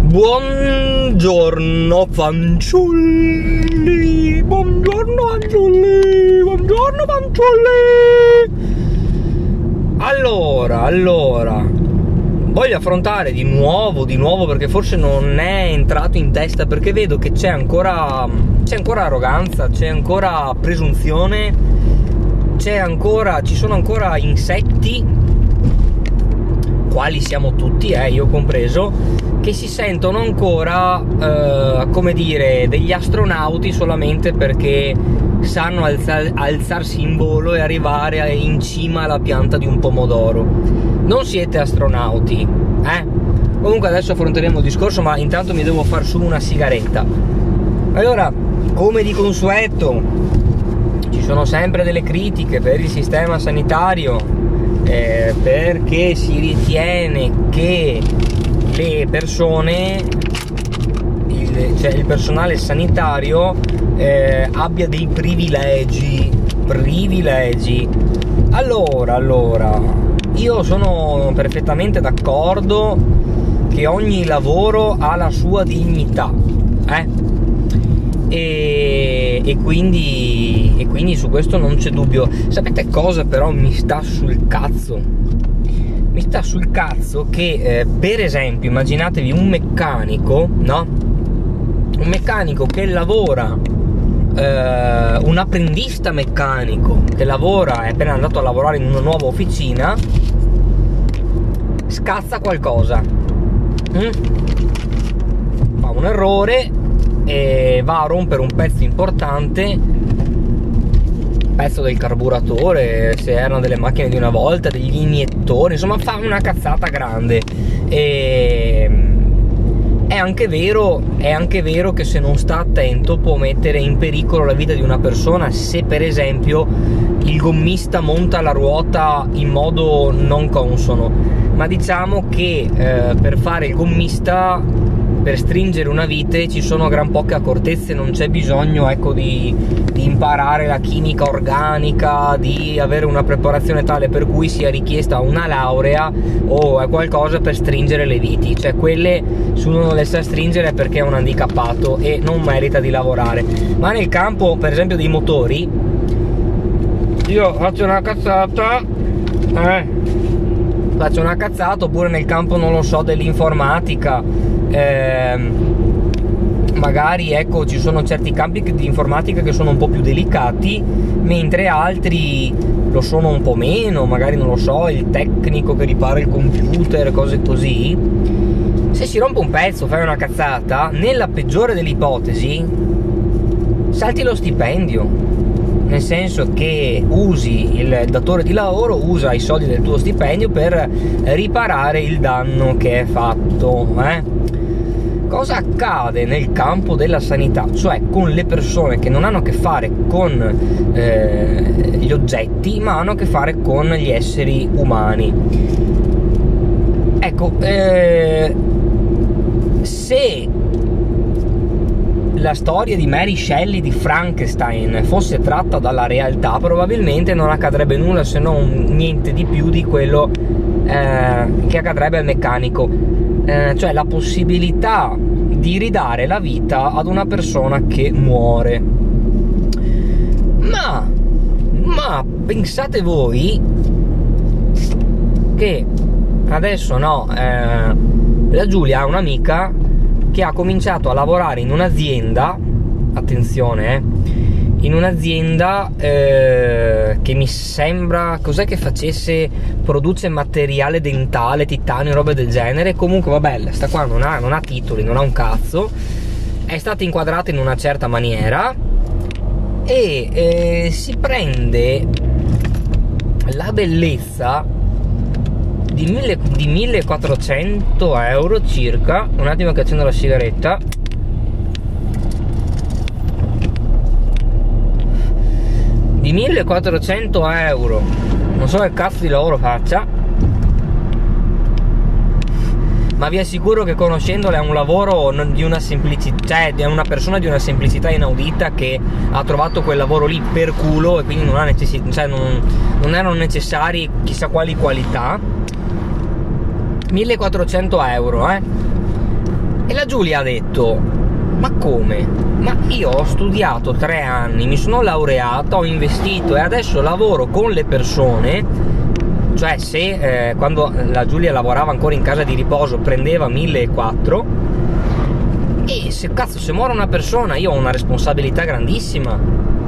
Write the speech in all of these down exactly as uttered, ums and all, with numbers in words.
Buongiorno fanciulli, buongiorno fanciulli, buongiorno fanciulli. Allora, allora, voglio affrontare di nuovo, di nuovo perché forse non è entrato in testa, perché vedo che c'è ancora, c'è ancora arroganza, c'è ancora presunzione, c'è ancora, ci sono ancora insetti, quali siamo tutti, eh, io compreso, che si sentono ancora, eh, come dire, degli astronauti solamente perché sanno alza- alzarsi in volo e arrivare in cima alla pianta di un pomodoro. Non siete astronauti, eh? Comunque adesso affronteremo il discorso, ma intanto mi devo far su una sigaretta. Allora, come di consueto, ci sono sempre delle critiche per il sistema sanitario, eh, perché si ritiene che le persone, il, cioè il personale sanitario eh, abbia dei privilegi, privilegi. Allora, allora, io sono perfettamente d'accordo che ogni lavoro ha la sua dignità, eh? E, e, quindi, e quindi su questo non c'è dubbio. Sapete cosa però mi sta sul cazzo? Mi sta sul cazzo che, eh, per esempio, immaginatevi un meccanico, no? Un meccanico che lavora, eh, un apprendista meccanico che lavora, è appena andato a lavorare in una nuova officina, scazza qualcosa, mm? fa un errore e va a rompere un pezzo importante, pezzo del carburatore, se erano delle macchine di una volta, degli iniettori, insomma fa una cazzata grande. E è anche vero, è anche vero che se non sta attento può mettere in pericolo la vita di una persona, se per esempio il gommista monta la ruota in modo non consono. Ma diciamo che eh, per fare il gommista, per stringere una vite, ci sono gran poche accortezze, non c'è bisogno, ecco, di, di imparare la chimica organica, di avere una preparazione tale per cui sia richiesta una laurea o qualcosa per stringere le viti. Cioè quelle, se uno non le sa stringere è perché è un handicappato e non merita di lavorare. Ma nel campo, per esempio, dei motori, io faccio una cazzata, eh, faccio una cazzata, oppure nel campo, non lo so, dell'informatica. Eh, magari, ecco, ci sono certi campi di informatica che sono un po' più delicati, mentre altri lo sono un po' meno. Magari, non lo so, il tecnico che ripara il computer, cose così. Se si rompe un pezzo, fai una cazzata, nella peggiore delle ipotesi salti lo stipendio, nel senso che usi, il datore di lavoro usa i soldi del tuo stipendio per riparare il danno che è fatto, eh? Cosa accade nel campo della sanità? Cioè con le persone che non hanno a che fare con eh, gli oggetti, ma hanno a che fare con gli esseri umani. Ecco, eh, se la storia di Mary Shelley di Frankenstein fosse tratta dalla realtà, probabilmente non accadrebbe nulla se non niente di più di quello eh, che accadrebbe al meccanico. Eh, cioè la possibilità di ridare la vita ad una persona che muore. Ma, ma pensate voi che adesso, no, eh, la Giulia ha un'amica che ha cominciato a lavorare in un'azienda, attenzione, eh, in un'azienda eh, che mi sembra, cos'è che facesse, produce materiale dentale, titanio, robe del genere. Comunque vabbè, sta qua non ha, non ha titoli, non ha un cazzo, è stata inquadrata in una certa maniera e eh, si prende la bellezza di, mille, di millequattrocento euro circa. Un attimo che accendo la sigaretta. Di millequattrocento euro, non so che cazzo di lavoro faccia, ma vi assicuro che conoscendola è un lavoro di una semplicità, cioè è una persona di una semplicità inaudita che ha trovato quel lavoro lì per culo e quindi non ha necessità, cioè non, non erano necessari chissà quali qualità. millequattrocento euro, eh E la Giulia ha detto: ma come? Ma io ho studiato tre anni, mi sono laureata, ho investito e adesso lavoro con le persone. Cioè, se eh, quando la Giulia lavorava ancora in casa di riposo prendeva millequattrocento, e se cazzo se muore una persona io ho una responsabilità grandissima.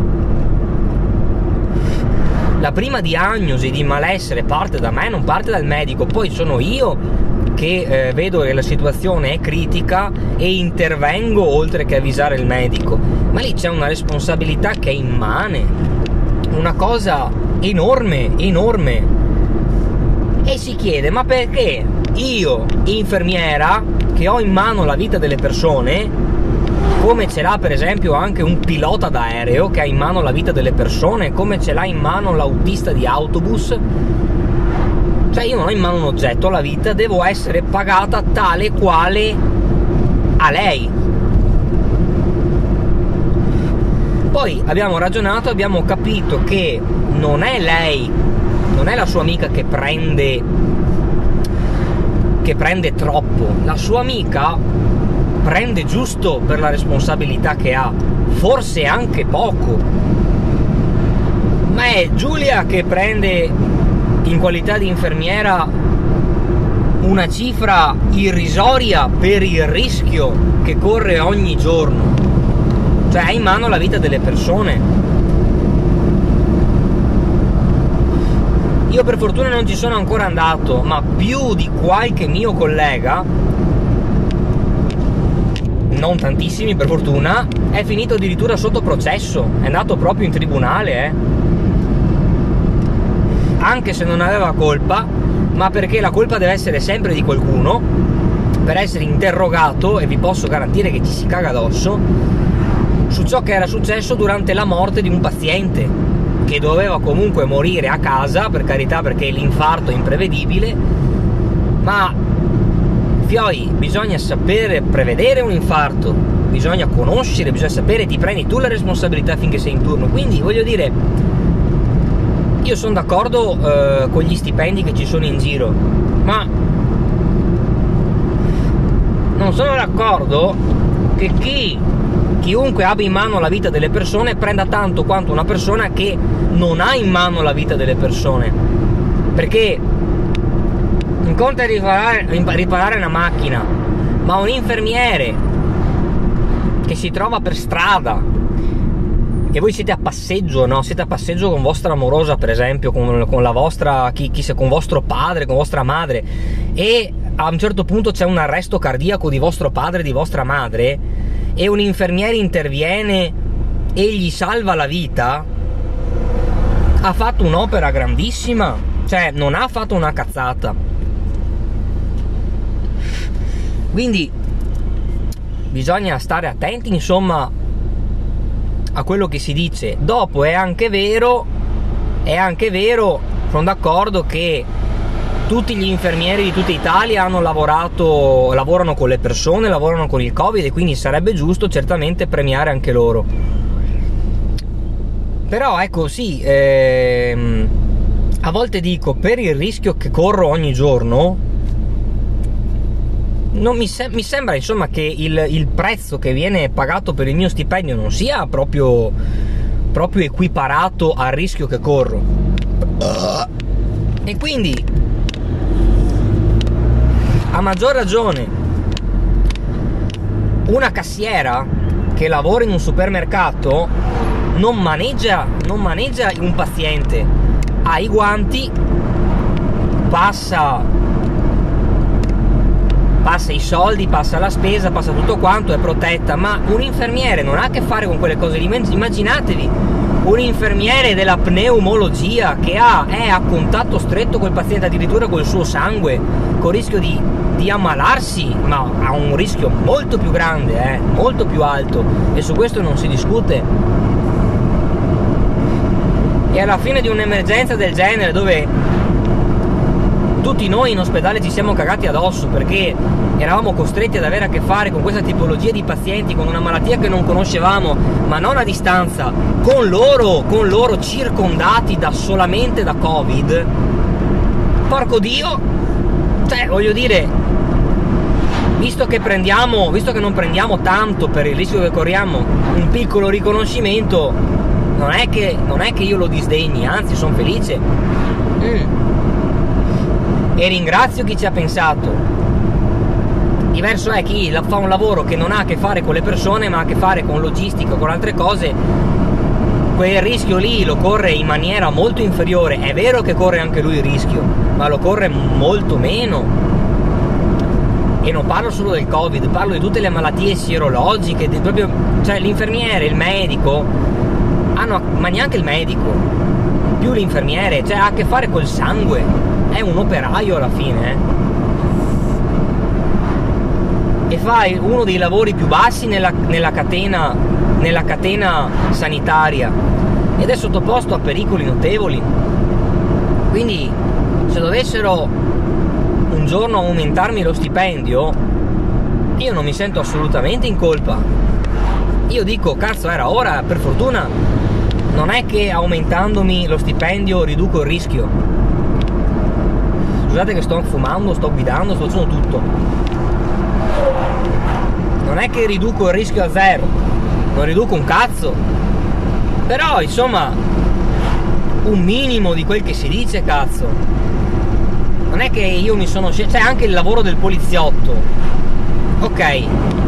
La prima diagnosi di malessere parte da me, non parte dal medico. Poi sono io che eh, vedo che la situazione è critica e intervengo oltre che avvisare il medico. Ma lì c'è una responsabilità che è immane, una cosa enorme, enorme. E si chiede: ma perché io, infermiera, che ho in mano la vita delle persone, come ce l'ha per esempio anche un pilota d'aereo che ha in mano la vita delle persone, come ce l'ha in mano l'autista di autobus, cioè io non ho in mano un oggetto, ho la vita, devo essere pagata tale quale a lei. Poi abbiamo ragionato, abbiamo capito che non è lei, non è la sua amica che prende che prende troppo, la sua amica prende giusto per la responsabilità che ha, forse anche poco, ma è Giulia che prende in qualità di infermiera una cifra irrisoria per il rischio che corre ogni giorno, cioè ha in mano la vita delle persone. Io per fortuna non ci sono ancora andato, ma più di qualche mio collega, non tantissimi per fortuna, è finito addirittura sotto processo, è andato proprio in tribunale, eh. Anche se non aveva colpa, ma perché la colpa deve essere sempre di qualcuno, per essere interrogato, e vi posso garantire che ci si caga addosso, su ciò che era successo durante la morte di un paziente che doveva comunque morire a casa, per carità, perché l'infarto è imprevedibile, ma fioi, bisogna sapere prevedere un infarto, bisogna conoscere, bisogna sapere, ti prendi tu la responsabilità finché sei in turno. Quindi voglio dire, io sono d'accordo eh, con gli stipendi che ci sono in giro, ma non sono d'accordo che chi chiunque abbia in mano la vita delle persone prenda tanto quanto una persona che non ha in mano la vita delle persone, perché un conto è riparare, riparare una macchina, ma un infermiere che si trova per strada e voi siete a passeggio, no? Siete a passeggio con vostra amorosa, per esempio, con, con la vostra, chi, chi, con vostro padre, con vostra madre, e a un certo punto c'è un arresto cardiaco di vostro padre, di vostra madre, e un infermiere interviene e gli salva la vita, ha fatto un'opera grandissima, cioè non ha fatto una cazzata. Quindi bisogna stare attenti, insomma, a quello che si dice. Dopo è anche vero, è anche vero, sono d'accordo che tutti gli infermieri di tutta Italia hanno lavorato, lavorano con le persone, lavorano con il Covid, e quindi sarebbe giusto certamente premiare anche loro. Però ecco, sì, ehm, a volte dico, per il rischio che corro ogni giorno, non mi, se- mi sembra insomma che il, il prezzo che viene pagato per il mio stipendio non sia proprio, proprio equiparato al rischio che corro. E quindi, a maggior ragione, una cassiera che lavora in un supermercato non maneggia, non maneggia un paziente, ha i guanti, passa, passa i soldi, passa la spesa, passa tutto quanto, è protetta. Ma un infermiere non ha a che fare con quelle cose lì. Immaginatevi un infermiere della pneumologia che ha, è a contatto stretto col paziente, addirittura col suo sangue, con rischio di, di ammalarsi, ma ha un rischio molto più grande, eh, molto più alto, e su questo non si discute. E alla fine di un'emergenza del genere, dove tutti noi in ospedale ci siamo cagati addosso perché eravamo costretti ad avere a che fare con questa tipologia di pazienti, con una malattia che non conoscevamo, ma non a distanza, con loro, con loro circondati da solamente da Covid, porco Dio, cioè voglio dire, visto visto che prendiamo, visto che non prendiamo tanto per il rischio che corriamo, un piccolo riconoscimento, non è che, non è che io lo disdegni, anzi sono felice. Mm. E ringrazio chi ci ha pensato. Diverso è chi fa un lavoro che non ha a che fare con le persone, ma ha a che fare con logistica, con altre cose. Quel rischio lì lo corre in maniera molto inferiore. È vero che corre anche lui il rischio, ma lo corre molto meno. E non parlo solo del Covid, parlo di tutte le malattie sierologiche, di proprio, cioè l'infermiere, il medico, hanno, ma neanche il medico, più l'infermiere, cioè ha a che fare col sangue, è un operaio alla fine, eh. E fa uno dei lavori più bassi nella, nella catena, nella catena sanitaria, ed è sottoposto a pericoli notevoli. Quindi se dovessero un giorno aumentarmi lo stipendio, io non mi sento assolutamente in colpa. Io dico, cazzo, era ora, per fortuna non è che aumentandomi lo stipendio riduco il rischio. Scusate che sto fumando, sto guidando, sto facendo tutto. Non è che riduco il rischio a zero, non riduco un cazzo, però insomma un minimo di quel che si dice, cazzo. Non è che io mi sono scelto, cioè anche il lavoro del poliziotto, ok,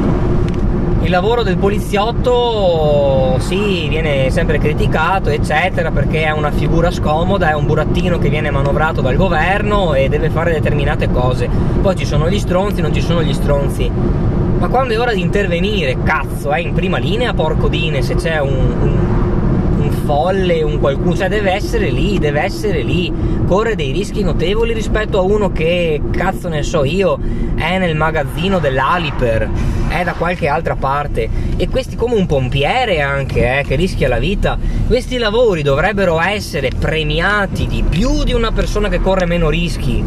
il lavoro del poliziotto sì, viene sempre criticato eccetera, perché è una figura scomoda, è un burattino che viene manovrato dal governo e deve fare determinate cose. Poi ci sono gli stronzi, non ci sono gli stronzi, ma quando è ora di intervenire, cazzo, è in prima linea, porco dine, se c'è un, un, un folle, un qualcuno, cioè deve essere lì, deve essere lì. Corre dei rischi notevoli rispetto a uno che, cazzo ne so io, è nel magazzino dell'Aliper, è da qualche altra parte, e questi, come un pompiere anche, eh, che rischia la vita. Questi lavori dovrebbero essere premiati di più di una persona che corre meno rischi,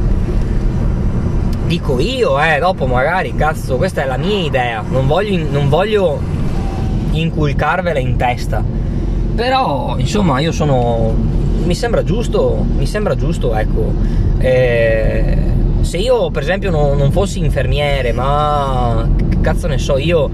dico io, eh, dopo magari, cazzo, questa è la mia idea, non voglio, non voglio inculcarvela in testa, però insomma io sono... mi sembra giusto, mi sembra giusto, ecco. Eh, se io per esempio non, non fossi infermiere, ma che cazzo ne so io,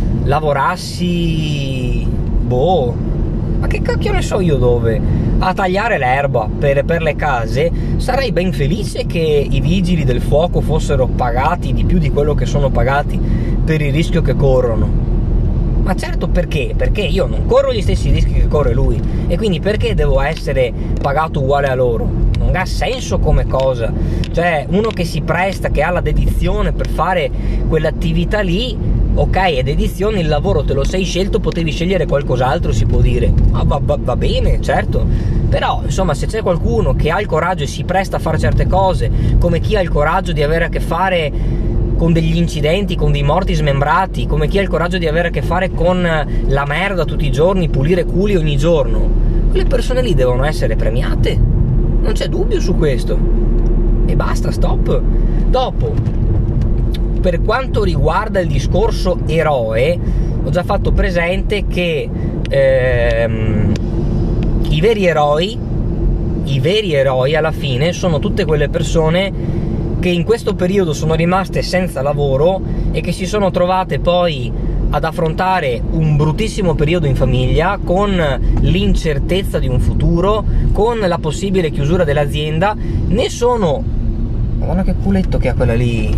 lavorassi, boh, ma che cacchio ne so io dove, a tagliare l'erba per, per le case, sarei ben felice che i vigili del fuoco fossero pagati di più di quello che sono pagati per il rischio che corrono. Ma certo, perché? Perché io non corro gli stessi rischi che corre lui, e quindi perché devo essere pagato uguale a loro? Non ha senso come cosa. Cioè, uno che si presta, che ha la dedizione per fare quell'attività lì, ok, è dedizione, il lavoro te lo sei scelto, potevi scegliere qualcos'altro, si può dire. Ma va, va, va bene, certo. Però, insomma, se c'è qualcuno che ha il coraggio e si presta a fare certe cose, come chi ha il coraggio di avere a che fare con degli incidenti, con dei morti smembrati, come chi ha il coraggio di avere a che fare con la merda tutti i giorni, pulire culi ogni giorno, quelle persone lì devono essere premiate, non c'è dubbio su questo, e basta, stop. Dopo, per quanto riguarda il discorso eroe, ho già fatto presente che ehm, i veri eroi i veri eroi alla fine sono tutte quelle persone che in questo periodo sono rimaste senza lavoro e che si sono trovate poi ad affrontare un bruttissimo periodo in famiglia, con l'incertezza di un futuro, con la possibile chiusura dell'azienda. Ne sono... Madonna che culetto che ha quella lì!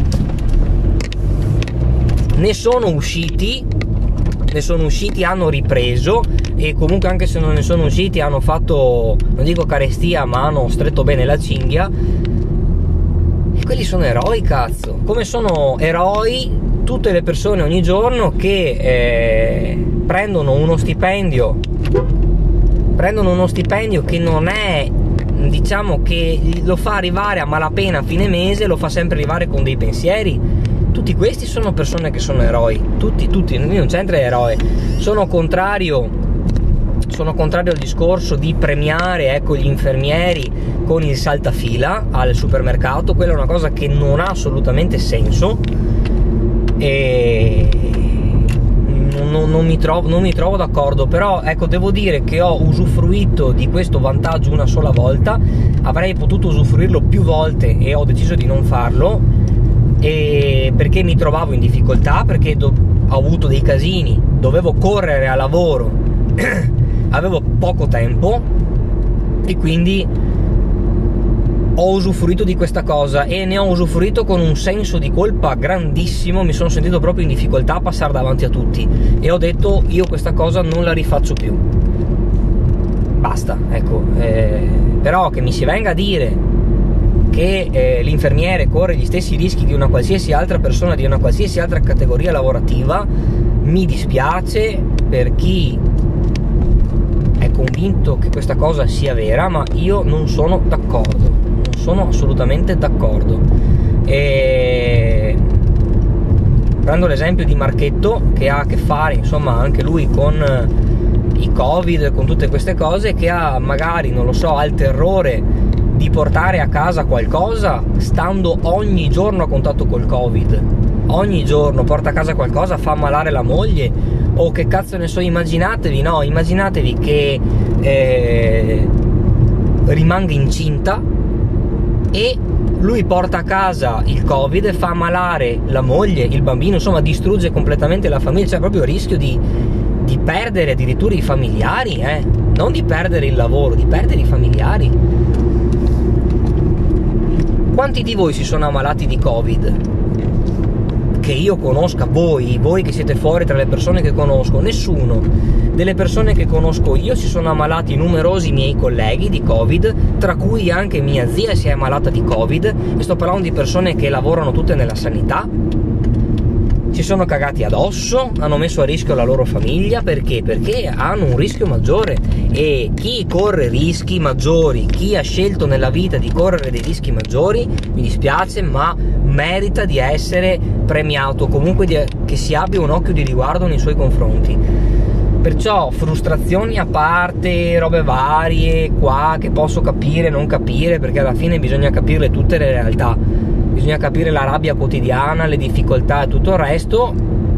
Ne sono usciti, ne sono usciti, hanno ripreso, e comunque anche se non ne sono usciti hanno fatto, non dico carestia, ma hanno stretto bene la cinghia. E quelli sono eroi, cazzo. Come sono eroi tutte le persone ogni giorno che eh, prendono uno stipendio prendono uno stipendio che non è, diciamo, che lo fa arrivare a malapena a fine mese, lo fa sempre arrivare con dei pensieri. Tutti questi sono persone che sono eroi, tutti, tutti, non c'entra eroe. Sono contrario sono contrario al discorso di premiare, ecco, gli infermieri con il saltafila al supermercato. Quella è una cosa che non ha assolutamente senso, e non, non, non mi trovo, non mi trovo d'accordo. Però ecco, devo dire che ho usufruito di questo vantaggio una sola volta, avrei potuto usufruirlo più volte e ho deciso di non farlo. e perché mi trovavo in difficoltà, perché ho avuto dei casini, dovevo correre a lavoro, avevo poco tempo e quindi ho usufruito di questa cosa, e ne ho usufruito con un senso di colpa grandissimo. Mi sono sentito proprio in difficoltà a passare davanti a tutti e ho detto: io questa cosa non la rifaccio più, basta, ecco. Eh, però che mi si venga a dire che eh, l'infermiere corre gli stessi rischi di una qualsiasi altra persona, di una qualsiasi altra categoria lavorativa, mi dispiace per chi è convinto che questa cosa sia vera, ma io non sono d'accordo, non sono assolutamente d'accordo. E prendo l'esempio di Marchetto, che ha a che fare insomma anche lui con i Covid, con tutte queste cose, che ha magari, non lo so, ha il terrore di portare a casa qualcosa stando ogni giorno a contatto col Covid, ogni giorno porta a casa qualcosa, fa ammalare la moglie, o che cazzo ne so, immaginatevi, no, immaginatevi che eh, rimanga incinta e lui porta a casa il Covid e fa ammalare la moglie, il bambino, insomma distrugge completamente la famiglia. C'è proprio il rischio di, di perdere addirittura i familiari, eh? Non di perdere il lavoro, di perdere i familiari. Quanti di voi si sono ammalati di Covid? Che io conosca, voi, voi che siete fuori tra le persone che conosco, nessuno. Delle persone che conosco io si sono ammalati numerosi miei colleghi di Covid, tra cui anche mia zia si è ammalata di Covid, e sto parlando di persone che lavorano tutte nella sanità. Si sono cagati addosso, hanno messo a rischio la loro famiglia, perché? Perché hanno un rischio maggiore, e chi corre rischi maggiori, chi ha scelto nella vita di correre dei rischi maggiori, mi dispiace, ma merita di essere premiato, comunque di, che si abbia un occhio di riguardo nei suoi confronti. Perciò frustrazioni a parte, robe varie qua che posso capire, non capire, perché alla fine bisogna capirle tutte le realtà, bisogna capire la rabbia quotidiana, le difficoltà e tutto il resto.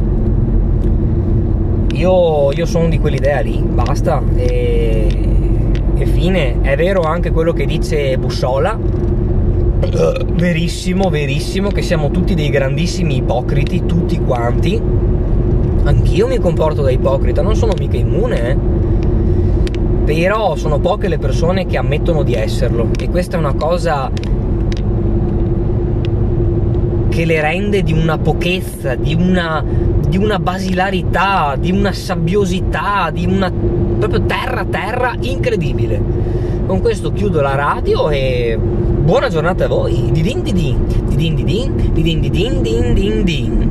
Io, io sono di quell'idea lì, basta, e, e fine. È vero anche quello che dice Bussola, verissimo, verissimo, che siamo tutti dei grandissimi ipocriti, tutti quanti. Anch'io mi comporto da ipocrita, non sono mica immune, eh? Però sono poche le persone che ammettono di esserlo, e questa è una cosa che le rende di una pochezza, di una, di una basilarità, di una sabbiosità, di una proprio terra terra incredibile. Con questo chiudo la radio e buona giornata a voi. Di din di din, di din di din, di din di din din din din.